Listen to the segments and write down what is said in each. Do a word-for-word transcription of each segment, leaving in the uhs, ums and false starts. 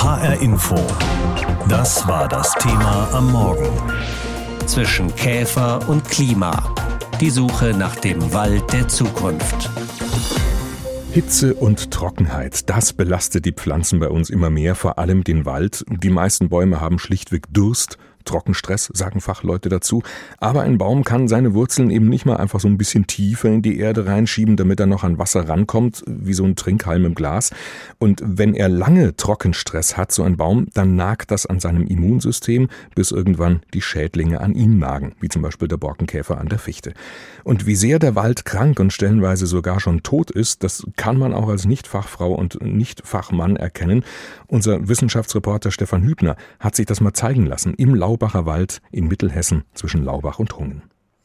H R Info. Das war das Thema am Morgen. Zwischen Käfer und Klima. Die Suche nach dem Wald der Zukunft. Hitze und Trockenheit, das belastet die Pflanzen bei uns immer mehr, vor allem den Wald. Die meisten Bäume haben schlichtweg Durst. Trockenstress, sagen Fachleute dazu. Aber ein Baum kann seine Wurzeln eben nicht mal einfach so ein bisschen tiefer in die Erde reinschieben, damit er noch an Wasser rankommt, wie so ein Trinkhalm im Glas. Und wenn er lange Trockenstress hat, so ein Baum, dann nagt das an seinem Immunsystem, bis irgendwann die Schädlinge an ihn nagen, wie zum Beispiel der Borkenkäfer an der Fichte. Und wie sehr der Wald krank und stellenweise sogar schon tot ist, das kann man auch als Nicht-Fachfrau und Nicht-Fachmann erkennen. Unser Wissenschaftsreporter Stefan Hübner hat sich das mal zeigen lassen im Laubacher Wald in Mittelhessen zwischen Laubach und Hungen.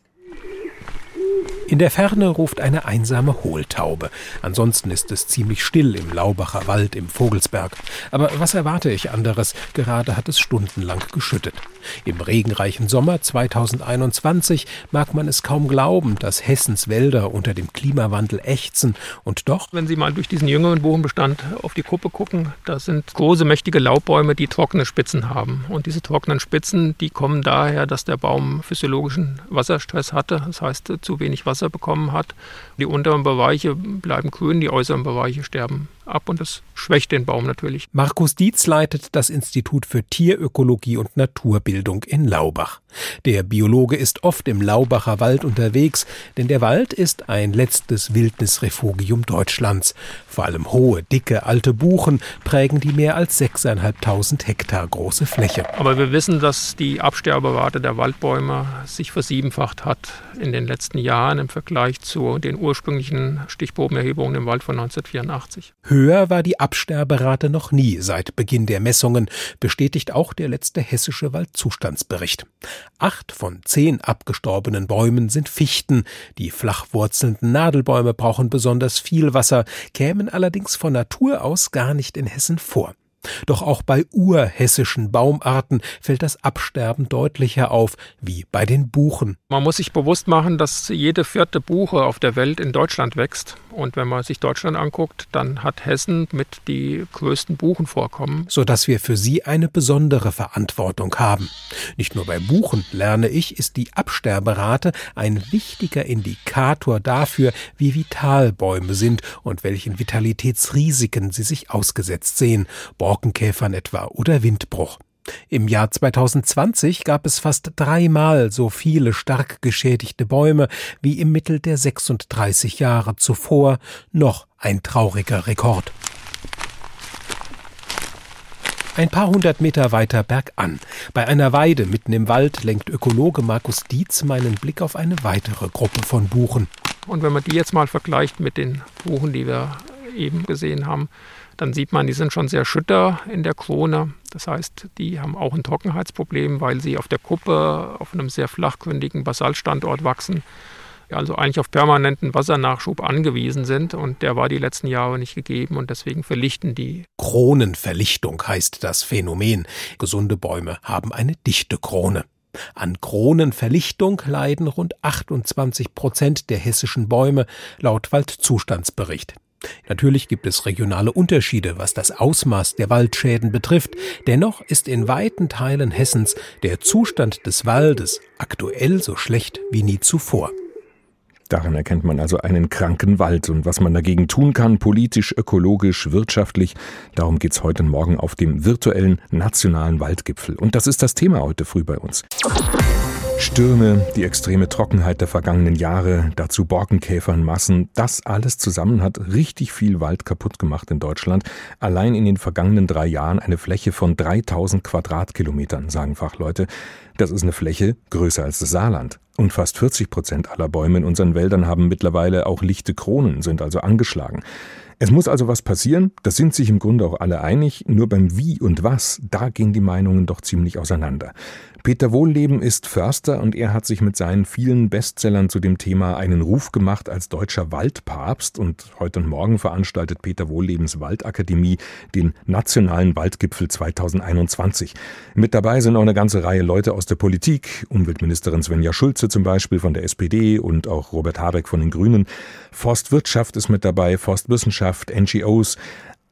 In der Ferne ruft eine einsame Hohltaube. Ansonsten ist es ziemlich still im Laubacher Wald im Vogelsberg. Aber was erwarte ich anderes? Gerade hat es stundenlang geschüttet. Im regenreichen Sommer zweitausendeinundzwanzig mag man es kaum glauben, dass Hessens Wälder unter dem Klimawandel ächzen. Und doch, wenn Sie mal durch diesen jüngeren Buchenbestand auf die Kuppe gucken, da sind große, mächtige Laubbäume, die trockene Spitzen haben. Und diese trockenen Spitzen, die kommen daher, dass der Baum physiologischen Wasserstress hatte. Das heißt, zu wenig Wasser bekommen hat. Die unteren Bereiche bleiben grün, die äußeren Bereiche sterben ab und das schwächt den Baum natürlich. Markus Dietz leitet das Institut für Tierökologie und Naturbildung in Laubach. Der Biologe ist oft im Laubacher Wald unterwegs, denn der Wald ist ein letztes Wildnisrefugium Deutschlands. Vor allem hohe, dicke, alte Buchen prägen die mehr als sechstausendfünfhundert Hektar große Fläche. Aber wir wissen, dass die Absterberate der Waldbäume sich versiebenfacht hat in den letzten Jahren im Vergleich zu den ursprünglichen Stichprobenerhebungen im Wald von neunzehnhundertvierundachtzig. Höher war die Absterberate noch nie seit Beginn der Messungen, bestätigt auch der letzte hessische Waldzustandsbericht. Acht von zehn abgestorbenen Bäumen sind Fichten. Die flachwurzelnden Nadelbäume brauchen besonders viel Wasser, kämen allerdings von Natur aus gar nicht in Hessen vor. Doch auch bei urhessischen Baumarten fällt das Absterben deutlicher auf, wie bei den Buchen. Man muss sich bewusst machen, dass jede vierte Buche auf der Welt in Deutschland wächst. Und wenn man sich Deutschland anguckt, dann hat Hessen mit die größten Buchenvorkommen. Sodass wir für sie eine besondere Verantwortung haben. Nicht nur bei Buchen, lerne ich, ist die Absterberate ein wichtiger Indikator dafür, wie vital Bäume sind und welchen Vitalitätsrisiken sie sich ausgesetzt sehen. Borkenkäfern etwa oder Windbruch. Im Jahr zweitausendzwanzig gab es fast dreimal so viele stark geschädigte Bäume wie im Mittel der sechsunddreißig Jahre zuvor. Noch ein trauriger Rekord. Ein paar hundert Meter weiter bergan. Bei einer Weide mitten im Wald lenkt Ökologe Markus Dietz meinen Blick auf eine weitere Gruppe von Buchen. Und wenn man die jetzt mal vergleicht mit den Buchen, die wir eben gesehen haben, dann sieht man, die sind schon sehr schütter in der Krone. Das heißt, die haben auch ein Trockenheitsproblem, weil sie auf der Kuppe auf einem sehr flachgründigen Basaltstandort wachsen. Also eigentlich auf permanenten Wassernachschub angewiesen sind. Und der war die letzten Jahre nicht gegeben und deswegen verlichten die. Kronenverlichtung heißt das Phänomen. Gesunde Bäume haben eine dichte Krone. An Kronenverlichtung leiden rund achtundzwanzig Prozent der hessischen Bäume, laut Waldzustandsbericht. Natürlich gibt es regionale Unterschiede, was das Ausmaß der Waldschäden betrifft. Dennoch ist in weiten Teilen Hessens der Zustand des Waldes aktuell so schlecht wie nie zuvor. Daran erkennt man also einen kranken Wald und was man dagegen tun kann, politisch, ökologisch, wirtschaftlich. Darum geht's heute Morgen auf dem virtuellen Nationalen Waldgipfel. Und das ist das Thema heute früh bei uns. Stürme, die extreme Trockenheit der vergangenen Jahre, dazu Borkenkäfernmassen, das alles zusammen hat richtig viel Wald kaputt gemacht in Deutschland. Allein in den vergangenen drei Jahren eine Fläche von dreitausend Quadratkilometern, sagen Fachleute. Das ist eine Fläche größer als das Saarland. Und fast vierzig Prozent aller Bäume in unseren Wäldern haben mittlerweile auch lichte Kronen, sind also angeschlagen. Es muss also was passieren, da sind sich im Grunde auch alle einig, nur beim Wie und Was, da gehen die Meinungen doch ziemlich auseinander. Peter Wohlleben ist Förster und er hat sich mit seinen vielen Bestsellern zu dem Thema einen Ruf gemacht als deutscher Waldpapst und heute und morgen veranstaltet Peter Wohllebens Waldakademie den Nationalen Waldgipfel zweitausendeinundzwanzig. Mit dabei sind auch eine ganze Reihe Leute aus der Politik, Umweltministerin Svenja Schulze zum Beispiel von der S P D und auch Robert Habeck von den Grünen. Forstwirtschaft ist mit dabei, Forstwissenschaft, N G Os.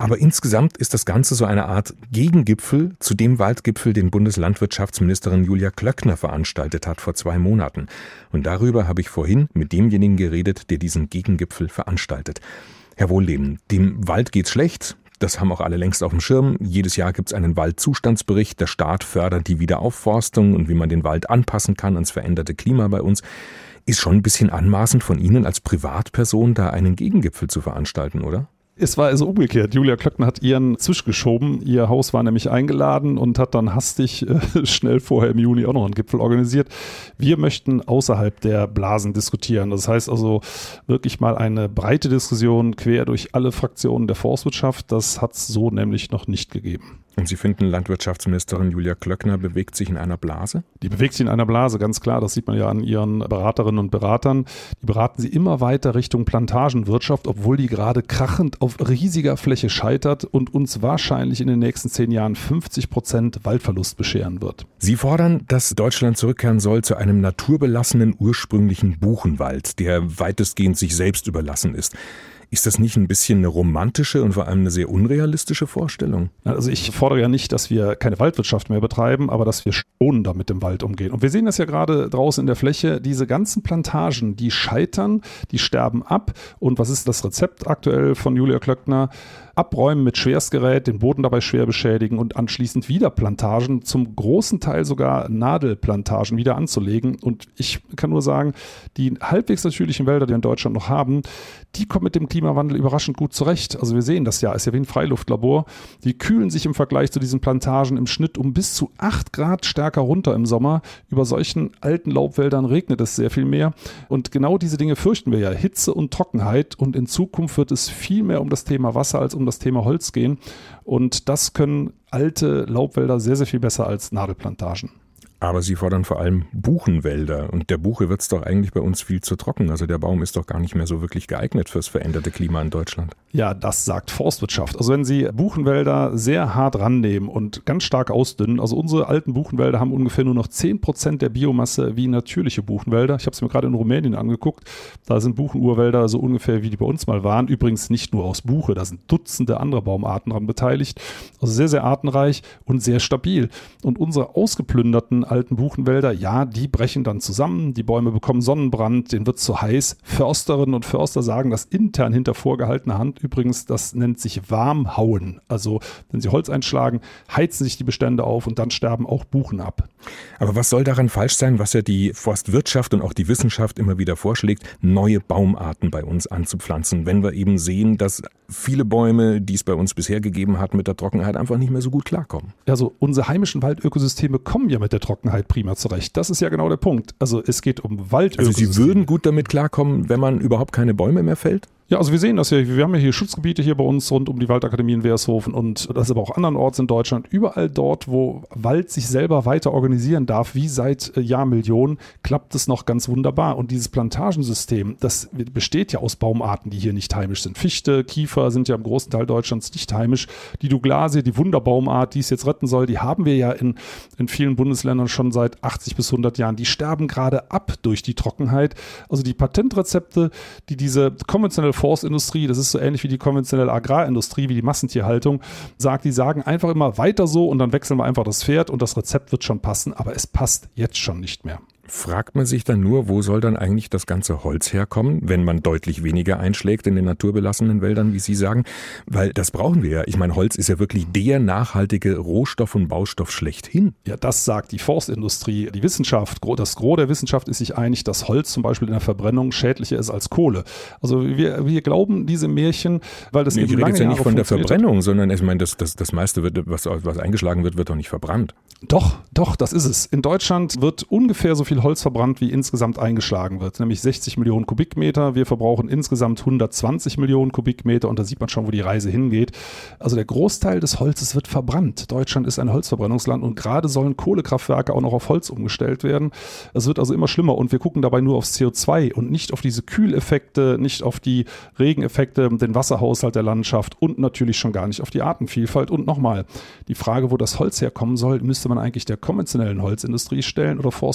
Aber insgesamt ist das Ganze so eine Art Gegengipfel zu dem Waldgipfel, den Bundeslandwirtschaftsministerin Julia Klöckner veranstaltet hat vor zwei Monaten. Und darüber habe ich vorhin mit demjenigen geredet, der diesen Gegengipfel veranstaltet. Herr Wohlleben, dem Wald geht's schlecht. Das haben auch alle längst auf dem Schirm. Jedes Jahr gibt es einen Waldzustandsbericht. Der Staat fördert die Wiederaufforstung und wie man den Wald anpassen kann ans veränderte Klima bei uns. Ist schon ein bisschen anmaßend von Ihnen als Privatperson, da einen Gegengipfel zu veranstalten, oder? Es war also umgekehrt. Julia Klöckner hat ihren zwischengeschoben. Ihr Haus war nämlich eingeladen und hat dann hastig äh, schnell vorher im Juni auch noch einen Gipfel organisiert. Wir möchten außerhalb der Blasen diskutieren. Das heißt also wirklich mal eine breite Diskussion quer durch alle Fraktionen der Forstwirtschaft. Das hat es so nämlich noch nicht gegeben. Und Sie finden, Landwirtschaftsministerin Julia Klöckner bewegt sich in einer Blase? Die bewegt sich in einer Blase, ganz klar. Das sieht man ja an ihren Beraterinnen und Beratern. Die beraten sie immer weiter Richtung Plantagenwirtschaft, obwohl die gerade krachend auf riesiger Fläche scheitert und uns wahrscheinlich in den nächsten zehn Jahren fünfzig Prozent Waldverlust bescheren wird. Sie fordern, dass Deutschland zurückkehren soll zu einem naturbelassenen ursprünglichen Buchenwald, der weitestgehend sich selbst überlassen ist. Ist das nicht ein bisschen eine romantische und vor allem eine sehr unrealistische Vorstellung? Also ich fordere ja nicht, dass wir keine Waldwirtschaft mehr betreiben, aber dass wir schonender mit dem Wald umgehen. Und wir sehen das ja gerade draußen in der Fläche, diese ganzen Plantagen, die scheitern, die sterben ab. Und was ist das Rezept aktuell von Julia Klöckner? Abräumen mit Schwerstgerät, den Boden dabei schwer beschädigen und anschließend wieder Plantagen, zum großen Teil sogar Nadelplantagen wieder anzulegen. Und ich kann nur sagen, die halbwegs natürlichen Wälder, die wir in Deutschland noch haben, die kommen mit dem Klimawandel überraschend gut zurecht. Also wir sehen das ja, ist ja wie ein Freiluftlabor. Die kühlen sich im Vergleich zu diesen Plantagen im Schnitt um bis zu acht Grad stärker runter im Sommer. Über solchen alten Laubwäldern regnet es sehr viel mehr. Und genau diese Dinge fürchten wir ja, Hitze und Trockenheit. Und in Zukunft wird es viel mehr um das Thema Wasser als um das Thema Holz gehen. Und das können alte Laubwälder sehr, sehr viel besser als Nadelplantagen. Aber Sie fordern vor allem Buchenwälder. Und der Buche wird es doch eigentlich bei uns viel zu trocken. Also der Baum ist doch gar nicht mehr so wirklich geeignet fürs veränderte Klima in Deutschland. Ja, das sagt Forstwirtschaft. Also wenn Sie Buchenwälder sehr hart rannehmen und ganz stark ausdünnen, also unsere alten Buchenwälder haben ungefähr nur noch zehn Prozent der Biomasse wie natürliche Buchenwälder. Ich habe es mir gerade in Rumänien angeguckt. Da sind Buchenurwälder so ungefähr wie die bei uns mal waren. Übrigens nicht nur aus Buche, da sind Dutzende andere Baumarten daran beteiligt. Also sehr, sehr artenreich und sehr stabil. Und unsere ausgeplünderten alten Buchenwälder, ja, die brechen dann zusammen, die Bäume bekommen Sonnenbrand, denen wird es zu heiß. Försterinnen und Förster sagen das intern hinter vorgehaltener Hand. Übrigens, das nennt sich Warmhauen. Also wenn sie Holz einschlagen, heizen sich die Bestände auf und dann sterben auch Buchen ab. Aber was soll daran falsch sein, was ja die Forstwirtschaft und auch die Wissenschaft immer wieder vorschlägt, neue Baumarten bei uns anzupflanzen, wenn wir eben sehen, dass viele Bäume, die es bei uns bisher gegeben hat, mit der Trockenheit einfach nicht mehr so gut klarkommen? Also unsere heimischen Waldökosysteme kommen ja mit der Trockenheit prima zurecht. Das ist ja genau der Punkt. Also es geht um Waldökosysteme. Also Sie würden gut damit klarkommen, wenn man überhaupt keine Bäume mehr fällt? Ja, also wir sehen das ja, wir haben ja hier Schutzgebiete hier bei uns rund um die Waldakademie in Wershofen und das ist aber auch andernorts in Deutschland. Überall dort, wo Wald sich selber weiter organisieren darf, wie seit Jahrmillionen, klappt es noch ganz wunderbar. Und dieses Plantagensystem, das besteht ja aus Baumarten, die hier nicht heimisch sind. Fichte, Kiefer sind ja im großen Teil Deutschlands nicht heimisch. Die Douglasie, die Wunderbaumart, die es jetzt retten soll, die haben wir ja in, in vielen Bundesländern schon seit achtzig bis hundert Jahren. Die sterben gerade ab durch die Trockenheit. Also die Patentrezepte, die diese konventionelle Forstindustrie, das ist so ähnlich wie die konventionelle Agrarindustrie, wie die Massentierhaltung, sagt, die sagen einfach immer weiter so und dann wechseln wir einfach das Pferd und das Rezept wird schon passen, aber es passt jetzt schon nicht mehr. Fragt man sich dann nur, wo soll dann eigentlich das ganze Holz herkommen, wenn man deutlich weniger einschlägt in den naturbelassenen Wäldern, wie Sie sagen? Weil das brauchen wir ja. Ich meine, Holz ist ja wirklich der nachhaltige Rohstoff und Baustoff schlechthin. Ja, das sagt die Forstindustrie. Die Wissenschaft, das Gros der Wissenschaft ist sich einig, dass Holz zum Beispiel in der Verbrennung schädlicher ist als Kohle. Also wir, wir glauben diese Märchen, weil das nee, eben ich rede lange jetzt ja nicht Jahre von der Verbrennung, hat. sondern ich meine, das, das, das meiste, wird, was, was eingeschlagen wird, wird doch nicht verbrannt. Doch, doch, das ist es. In Deutschland wird ungefähr so viel Holz verbrannt, wie insgesamt eingeschlagen wird, nämlich sechzig Millionen Kubikmeter. Wir verbrauchen insgesamt hundertzwanzig Millionen Kubikmeter und da sieht man schon, wo die Reise hingeht. Also der Großteil des Holzes wird verbrannt. Deutschland ist ein Holzverbrennungsland und gerade sollen Kohlekraftwerke auch noch auf Holz umgestellt werden. Es wird also immer schlimmer und wir gucken dabei nur aufs C O zwei und nicht auf diese Kühleffekte, nicht auf die Regeneffekte, den Wasserhaushalt der Landschaft und natürlich schon gar nicht auf die Artenvielfalt. Und nochmal, die Frage, wo das Holz herkommen soll, müsste man eigentlich der konventionellen Holzindustrie stellen oder Forstindustrie,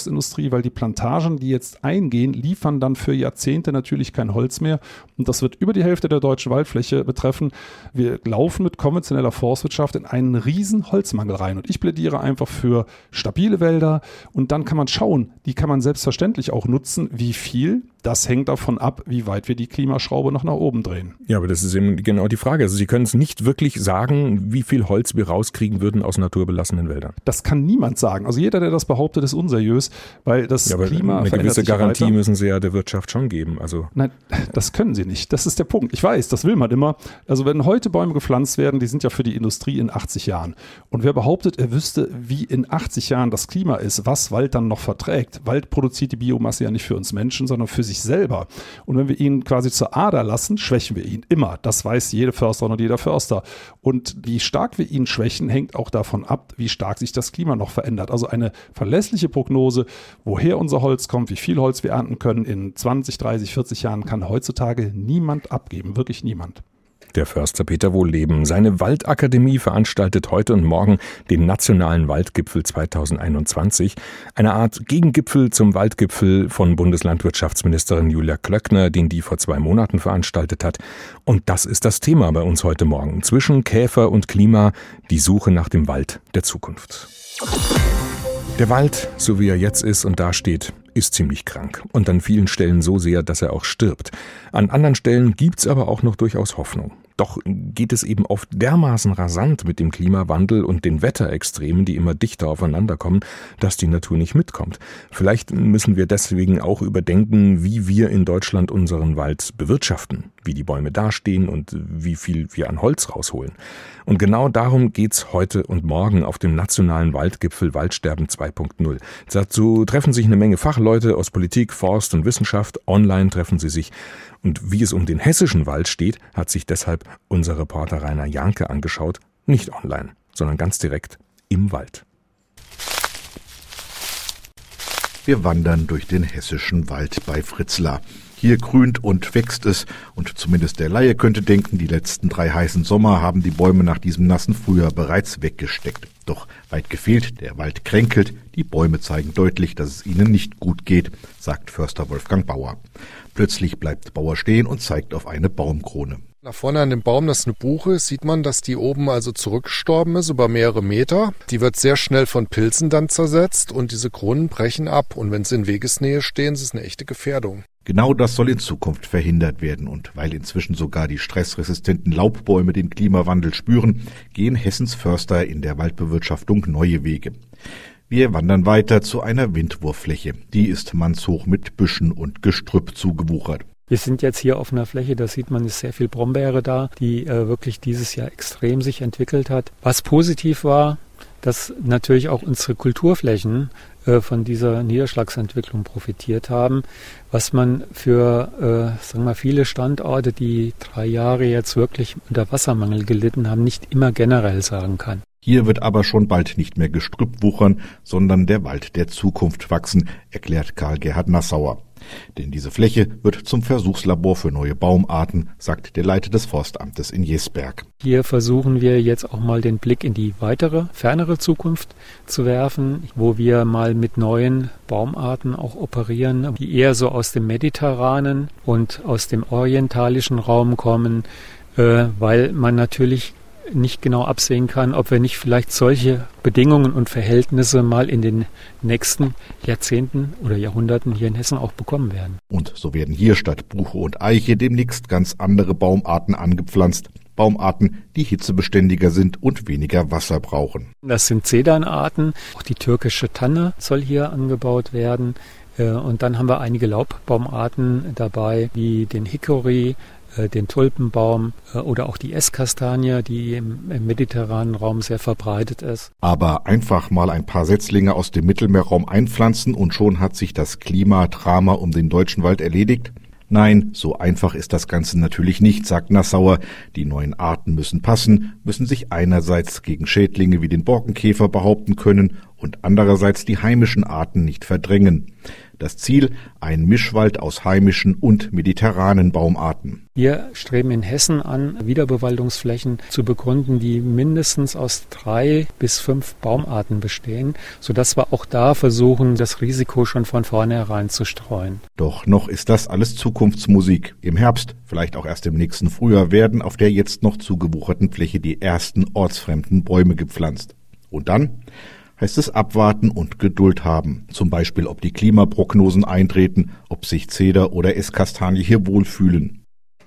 Industrie, weil die Plantagen, die jetzt eingehen, liefern dann für Jahrzehnte natürlich kein Holz mehr. Und das wird über die Hälfte der deutschen Waldfläche betreffen. Wir laufen mit konventioneller Forstwirtschaft in einen riesen Holzmangel rein. Und ich plädiere einfach für stabile Wälder. Und dann kann man schauen, die kann man selbstverständlich auch nutzen. Wie viel? Das hängt davon ab, wie weit wir die Klimaschraube noch nach oben drehen. Ja, aber das ist eben genau die Frage. Also Sie können es nicht wirklich sagen, wie viel Holz wir rauskriegen würden aus naturbelassenen Wäldern. Das kann niemand sagen. Also jeder, der das behauptet, ist unseriös, weil das ja, aber Klima eine verändert gewisse sich Garantie weiter. müssen Sie ja der Wirtschaft schon geben. Also Nein, das können sie nicht. Das ist der Punkt. Ich weiß, das will man immer. Also wenn heute Bäume gepflanzt werden, die sind ja für die Industrie in achtzig Jahren. Und wer behauptet, er wüsste, wie in achtzig Jahren das Klima ist, was Wald dann noch verträgt. Wald produziert die Biomasse ja nicht für uns Menschen, sondern für sich selber. Und wenn wir ihn quasi zur Ader lassen, schwächen wir ihn immer. Das weiß jede Försterin und jeder Förster. Und wie stark wir ihn schwächen, hängt auch davon ab, wie stark sich das Klima noch verändert. Also eine verlässliche Prognose, woher unser Holz kommt, wie viel Holz wir ernten können in zwanzig, dreißig, vierzig Jahren, kann heutzutage niemand abgeben. Wirklich niemand. Der Förster Peter Wohlleben. Seine Waldakademie veranstaltet heute und morgen den Nationalen Waldgipfel zweitausendeinundzwanzig. Eine Art Gegengipfel zum Waldgipfel von Bundeslandwirtschaftsministerin Julia Klöckner, den die vor zwei Monaten veranstaltet hat. Und das ist das Thema bei uns heute Morgen. Zwischen Käfer und Klima, die Suche nach dem Wald der Zukunft. Der Wald, so wie er jetzt ist und dasteht, ist ziemlich krank und an vielen Stellen so sehr, dass er auch stirbt. An anderen Stellen gibt's aber auch noch durchaus Hoffnung. Doch geht es eben oft dermaßen rasant mit dem Klimawandel und den Wetterextremen, die immer dichter aufeinander kommen, dass die Natur nicht mitkommt. Vielleicht müssen wir deswegen auch überdenken, wie wir in Deutschland unseren Wald bewirtschaften, wie die Bäume dastehen und wie viel wir an Holz rausholen. Und genau darum geht's heute und morgen auf dem Nationalen Waldgipfel Waldsterben zwei Punkt null. Dazu treffen sich eine Menge Fachleute aus Politik, Forst und Wissenschaft. Online treffen sie sich. Und wie es um den hessischen Wald steht, hat sich deshalb unser Reporter Rainer Janke angeschaut. Nicht online, sondern ganz direkt im Wald. Wir wandern durch den hessischen Wald bei Fritzlar. Hier grünt und wächst es, und zumindest der Laie könnte denken, die letzten drei heißen Sommer haben die Bäume nach diesem nassen Frühjahr bereits weggesteckt. Doch weit gefehlt, der Wald kränkelt, die Bäume zeigen deutlich, dass es ihnen nicht gut geht, sagt Förster Wolfgang Bauer. Plötzlich bleibt Bauer stehen und zeigt auf eine Baumkrone. Da vorne an dem Baum, das ist eine Buche, sieht man, dass die oben also zurückgestorben ist, über mehrere Meter. Die wird sehr schnell von Pilzen dann zersetzt und diese Kronen brechen ab. Und wenn sie in Wegesnähe stehen, ist es eine echte Gefährdung. Genau das soll in Zukunft verhindert werden. Und weil inzwischen sogar die stressresistenten Laubbäume den Klimawandel spüren, gehen Hessens Förster in der Waldbewirtschaftung neue Wege. Wir wandern weiter zu einer Windwurffläche. Die ist mannshoch mit Büschen und Gestrüpp zugewuchert. Wir sind jetzt hier auf einer Fläche, da sieht man, ist sehr viel Brombeere da, die äh, wirklich dieses Jahr extrem sich entwickelt hat. Was positiv war, dass natürlich auch unsere Kulturflächen äh, von dieser Niederschlagsentwicklung profitiert haben, was man für äh, sagen wir mal, viele Standorte, die drei Jahre jetzt wirklich unter Wassermangel gelitten haben, nicht immer generell sagen kann. Hier wird aber schon bald nicht mehr Gestrüpp wuchern, sondern der Wald der Zukunft wachsen, erklärt Karl-Gerhard Nassauer. Denn diese Fläche wird zum Versuchslabor für neue Baumarten, sagt der Leiter des Forstamtes in Jesberg. Hier versuchen wir jetzt auch mal den Blick in die weitere, fernere Zukunft zu werfen, wo wir mal mit neuen Baumarten auch operieren, die eher so aus dem mediterranen und aus dem orientalischen Raum kommen, äh, weil man natürlich nicht genau absehen kann, ob wir nicht vielleicht solche Bedingungen und Verhältnisse mal in den nächsten Jahrzehnten oder Jahrhunderten hier in Hessen auch bekommen werden. Und so werden hier statt Buche und Eiche demnächst ganz andere Baumarten angepflanzt. Baumarten, die hitzebeständiger sind und weniger Wasser brauchen. Das sind Zedernarten, auch die türkische Tanne soll hier angebaut werden. Und dann haben wir einige Laubbaumarten dabei, wie den Hickory, den Tulpenbaum oder auch die Esskastanie, die im, im mediterranen Raum sehr verbreitet ist. Aber einfach mal ein paar Setzlinge aus dem Mittelmeerraum einpflanzen und schon hat sich das Klimadrama um den deutschen Wald erledigt? Nein, so einfach ist das Ganze natürlich nicht, sagt Nassauer. Die neuen Arten müssen passen, müssen sich einerseits gegen Schädlinge wie den Borkenkäfer behaupten können und andererseits die heimischen Arten nicht verdrängen. Das Ziel, ein Mischwald aus heimischen und mediterranen Baumarten. Wir streben in Hessen an, Wiederbewaldungsflächen zu begründen, die mindestens aus drei bis fünf Baumarten bestehen, sodass wir auch da versuchen, das Risiko schon von vornherein zu streuen. Doch noch ist das alles Zukunftsmusik. Im Herbst, vielleicht auch erst im nächsten Frühjahr, werden auf der jetzt noch zugewucherten Fläche die ersten ortsfremden Bäume gepflanzt. Und dann heißt es abwarten und Geduld haben. Zum Beispiel, ob die Klimaprognosen eintreten, ob sich Zeder oder Esskastanie hier wohlfühlen.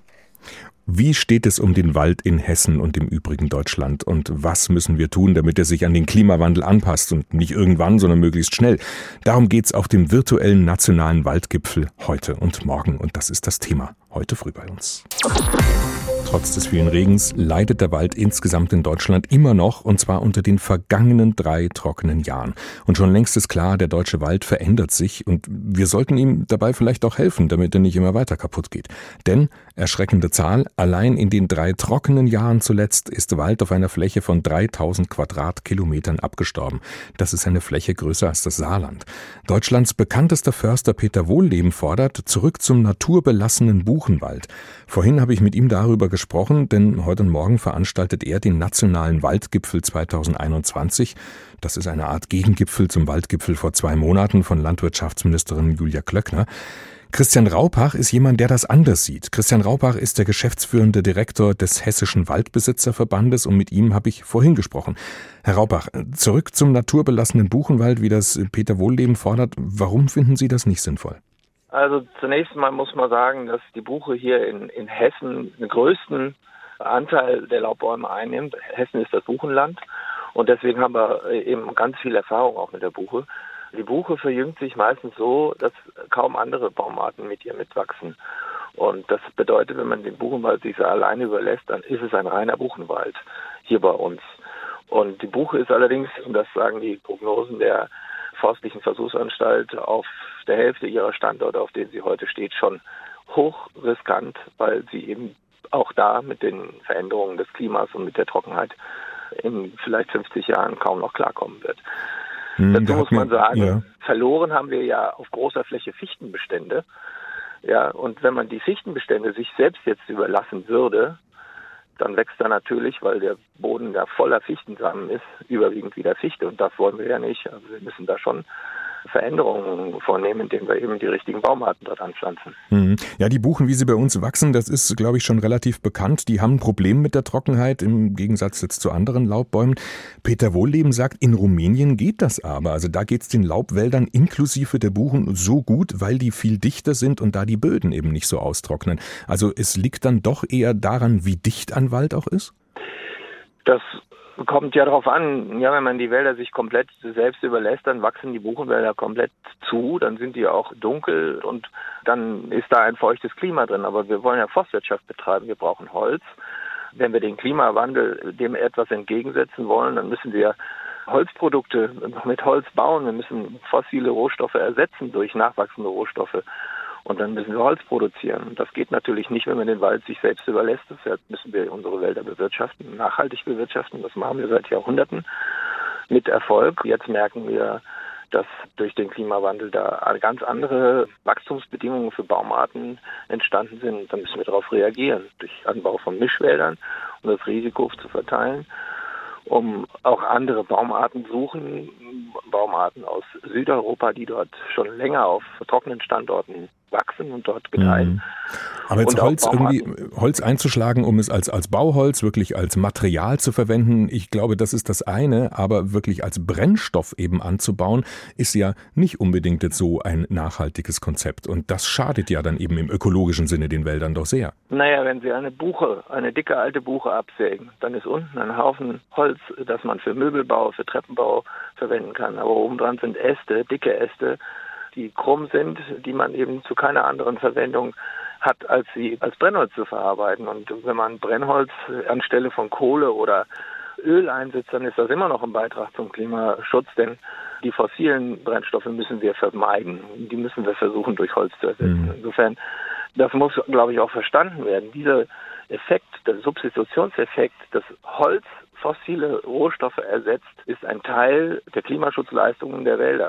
Wie steht es um den Wald in Hessen und im übrigen Deutschland? Und was müssen wir tun, damit er sich an den Klimawandel anpasst? Und nicht irgendwann, sondern möglichst schnell. Darum geht's auf dem virtuellen Nationalen Waldgipfel heute und morgen. Und das ist das Thema heute früh bei uns. Trotz des vielen Regens leidet der Wald insgesamt in Deutschland immer noch, und zwar unter den vergangenen drei trockenen Jahren. Und schon längst ist klar, der deutsche Wald verändert sich und wir sollten ihm dabei vielleicht auch helfen, damit er nicht immer weiter kaputt geht. Denn, erschreckende Zahl, allein in den drei trockenen Jahren zuletzt ist Wald auf einer Fläche von dreitausend Quadratkilometern abgestorben. Das ist eine Fläche größer als das Saarland. Deutschlands bekanntester Förster Peter Wohlleben fordert, zurück zum naturbelassenen Buchenwald. Vorhin habe ich mit ihm darüber gesprochen, denn heute und morgen veranstaltet er den Nationalen Waldgipfel zweitausendeinundzwanzig. Das ist eine Art Gegengipfel zum Waldgipfel vor zwei Monaten von Landwirtschaftsministerin Julia Klöckner. Christian Raupach ist jemand, der das anders sieht. Christian Raupach ist der geschäftsführende Direktor des Hessischen Waldbesitzerverbandes und mit ihm habe ich vorhin gesprochen. Herr Raupach, zurück zum naturbelassenen Buchenwald, wie das Peter Wohlleben fordert. Warum finden Sie das nicht sinnvoll? Also zunächst mal muss man sagen, dass die Buche hier in, in Hessen den größten Anteil der Laubbäume einnimmt. Hessen ist das Buchenland und deswegen haben wir eben ganz viel Erfahrung auch mit der Buche. Die Buche verjüngt sich meistens so, dass kaum andere Baumarten mit ihr mitwachsen. Und das bedeutet, wenn man den Buchenwald sich so alleine überlässt, dann ist es ein reiner Buchenwald hier bei uns. Und die Buche ist allerdings, und das sagen die Prognosen der Forstlichen Versuchsanstalt, auf der Hälfte ihrer Standorte, auf denen sie heute steht, schon hochriskant, weil sie eben auch da mit den Veränderungen des Klimas und mit der Trockenheit in vielleicht fünfzig Jahren kaum noch klarkommen wird. Hm, Dazu muss man sagen, ja. verloren haben wir ja auf großer Fläche Fichtenbestände. Ja, und wenn man die Fichtenbestände sich selbst jetzt überlassen würde, dann wächst da natürlich, weil der Boden ja voller Fichtensamen ist, überwiegend wieder Fichte. Und das wollen wir ja nicht. Also wir müssen da schon Veränderungen vornehmen, indem wir eben die richtigen Baumarten dort anpflanzen. Ja, die Buchen, wie sie bei uns wachsen, das ist, glaube ich, schon relativ bekannt. Die haben ein Problem mit der Trockenheit, im Gegensatz jetzt zu anderen Laubbäumen. Peter Wohlleben sagt, in Rumänien geht das aber. Also da geht es den Laubwäldern inklusive der Buchen so gut, weil die viel dichter sind und da die Böden eben nicht so austrocknen. Also es liegt dann doch eher daran, wie dicht ein Wald auch ist? Das kommt ja darauf an, ja, wenn man die Wälder sich komplett selbst überlässt, dann wachsen die Buchenwälder komplett zu, dann sind die auch dunkel und dann ist da ein feuchtes Klima drin. Aber wir wollen ja Forstwirtschaft betreiben, wir brauchen Holz. Wenn wir den Klimawandel dem etwas entgegensetzen wollen, dann müssen wir Holzprodukte mit Holz bauen, wir müssen fossile Rohstoffe ersetzen durch nachwachsende Rohstoffe. Und dann müssen wir Holz produzieren. Und das geht natürlich nicht, wenn man den Wald sich selbst überlässt. Deshalb müssen wir unsere Wälder bewirtschaften, nachhaltig bewirtschaften. Das machen wir seit Jahrhunderten mit Erfolg. Jetzt merken wir, dass durch den Klimawandel da ganz andere Wachstumsbedingungen für Baumarten entstanden sind. Da müssen wir darauf reagieren, durch Anbau von Mischwäldern, um das Risiko zu verteilen, um auch andere Baumarten suchen, Baumarten aus Südeuropa, die dort schon länger auf trockenen Standorten wachsen und dort gedeihen. Mhm. Aber jetzt Holz irgendwie, Holz einzuschlagen, um es als, als Bauholz, wirklich als Material zu verwenden, ich glaube, das ist das eine, aber wirklich als Brennstoff eben anzubauen, ist ja nicht unbedingt jetzt so ein nachhaltiges Konzept. Und das schadet ja dann eben im ökologischen Sinne den Wäldern doch sehr. Naja, wenn Sie eine Buche, eine dicke alte Buche absägen, dann ist unten ein Haufen Holz, das man für Möbelbau, für Treppenbau verwenden kann. Aber obendran sind Äste, dicke Äste, die krumm sind, die man eben zu keiner anderen Verwendung hat, als sie als Brennholz zu verarbeiten. Und wenn man Brennholz anstelle von Kohle oder Öl einsetzt, dann ist das immer noch ein Beitrag zum Klimaschutz, denn die fossilen Brennstoffe müssen wir vermeiden. Die müssen wir versuchen, durch Holz zu ersetzen. Mhm. Insofern, das muss, glaube ich, auch verstanden werden. Dieser Effekt, der Substitutionseffekt, dass Holz fossile Rohstoffe ersetzt, ist ein Teil der Klimaschutzleistungen der Wälder.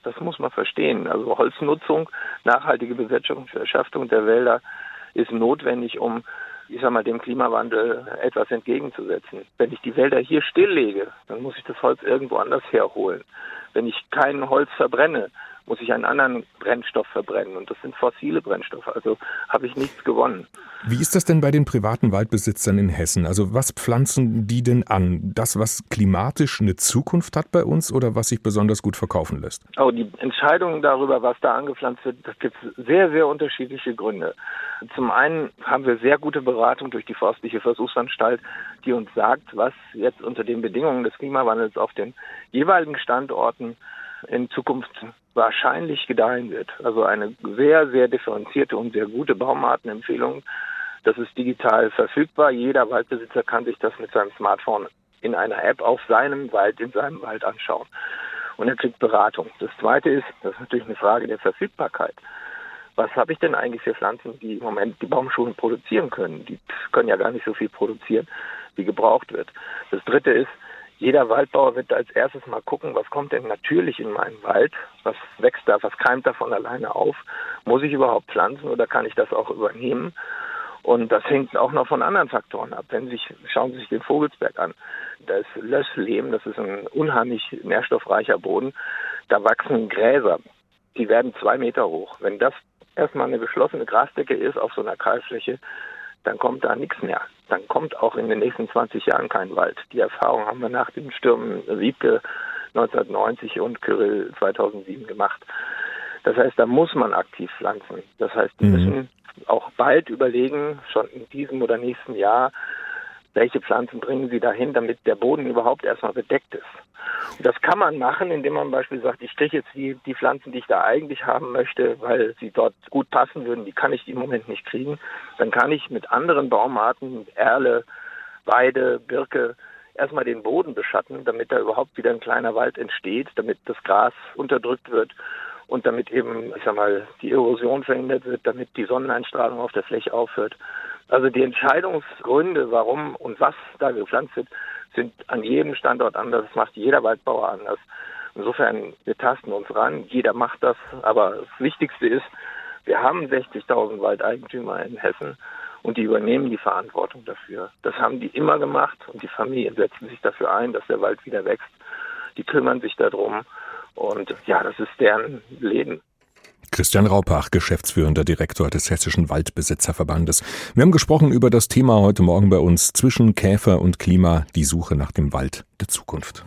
Das muss man verstehen. Also Holznutzung, nachhaltige Bewirtschaftung der Wälder ist notwendig, um, ich sag mal, dem Klimawandel etwas entgegenzusetzen. Wenn ich die Wälder hier stilllege, dann muss ich das Holz irgendwo anders herholen. Wenn ich kein Holz verbrenne, muss ich einen anderen Brennstoff verbrennen. Und das sind fossile Brennstoffe. Also habe ich nichts gewonnen. Wie ist das denn bei den privaten Waldbesitzern in Hessen? Also was pflanzen die denn an? Das, was klimatisch eine Zukunft hat bei uns oder was sich besonders gut verkaufen lässt? Oh, die Entscheidungen darüber, was da angepflanzt wird, das gibt es sehr, sehr unterschiedliche Gründe. Zum einen haben wir sehr gute Beratung durch die Forstliche Versuchsanstalt, die uns sagt, was jetzt unter den Bedingungen des Klimawandels auf den jeweiligen Standorten in Zukunft wahrscheinlich gedeihen wird. Also eine sehr, sehr differenzierte und sehr gute Baumartenempfehlung. Das ist digital verfügbar. Jeder Waldbesitzer kann sich das mit seinem Smartphone in einer App auf seinem Wald, in seinem Wald anschauen. Und er kriegt Beratung. Das Zweite ist, das ist natürlich eine Frage der Verfügbarkeit. Was habe ich denn eigentlich für Pflanzen, die im Moment die Baumschulen produzieren können? Die können ja gar nicht so viel produzieren, wie gebraucht wird. Das Dritte ist, jeder Waldbauer wird als erstes mal gucken, was kommt denn natürlich in meinen Wald, was wächst da, was keimt da von alleine auf, muss ich überhaupt pflanzen oder kann ich das auch übernehmen? Und das hängt auch noch von anderen Faktoren ab. Wenn Sie sich, schauen Sie sich den Vogelsberg an, da ist Lösslehm, das ist ein unheimlich nährstoffreicher Boden, da wachsen Gräser, die werden zwei Meter hoch. Wenn das erstmal eine geschlossene Grasdecke ist auf so einer Kahlfläche, dann kommt da nichts mehr. Dann kommt auch in den nächsten zwanzig Jahren kein Wald. Die Erfahrung haben wir nach den Stürmen Wiebke neunzehnhundertneunzig und Kyrill zweitausendsieben gemacht. Das heißt, da muss man aktiv pflanzen. Das heißt, die mhm. müssen auch bald überlegen, schon in diesem oder nächsten Jahr, welche Pflanzen bringen sie dahin, damit der Boden überhaupt erstmal bedeckt ist. Und das kann man machen, indem man beispielsweise sagt, ich striche jetzt die, die Pflanzen, die ich da eigentlich haben möchte, weil sie dort gut passen würden, die kann ich im Moment nicht kriegen. Dann kann ich mit anderen Baumarten, Erle, Weide, Birke, erstmal den Boden beschatten, damit da überhaupt wieder ein kleiner Wald entsteht, damit das Gras unterdrückt wird und damit eben, ich sag mal, die Erosion verhindert wird, damit die Sonneneinstrahlung auf der Fläche aufhört. Also die Entscheidungsgründe, warum und was da gepflanzt wird, sind an jedem Standort anders. Das macht jeder Waldbauer anders. Insofern, wir tasten uns ran. Jeder macht das. Aber das Wichtigste ist, wir haben sechzigtausend Waldeigentümer in Hessen und die übernehmen die Verantwortung dafür. Das haben die immer gemacht und die Familien setzen sich dafür ein, dass der Wald wieder wächst. Die kümmern sich darum und ja, das ist deren Leben. Christian Raupach, geschäftsführender Direktor des Hessischen Waldbesitzerverbandes. Wir haben gesprochen über das Thema heute Morgen bei uns zwischen Käfer und Klima, die Suche nach dem Wald der Zukunft.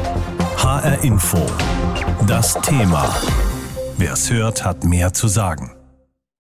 H R Info. Das Thema. Wer es hört, hat mehr zu sagen.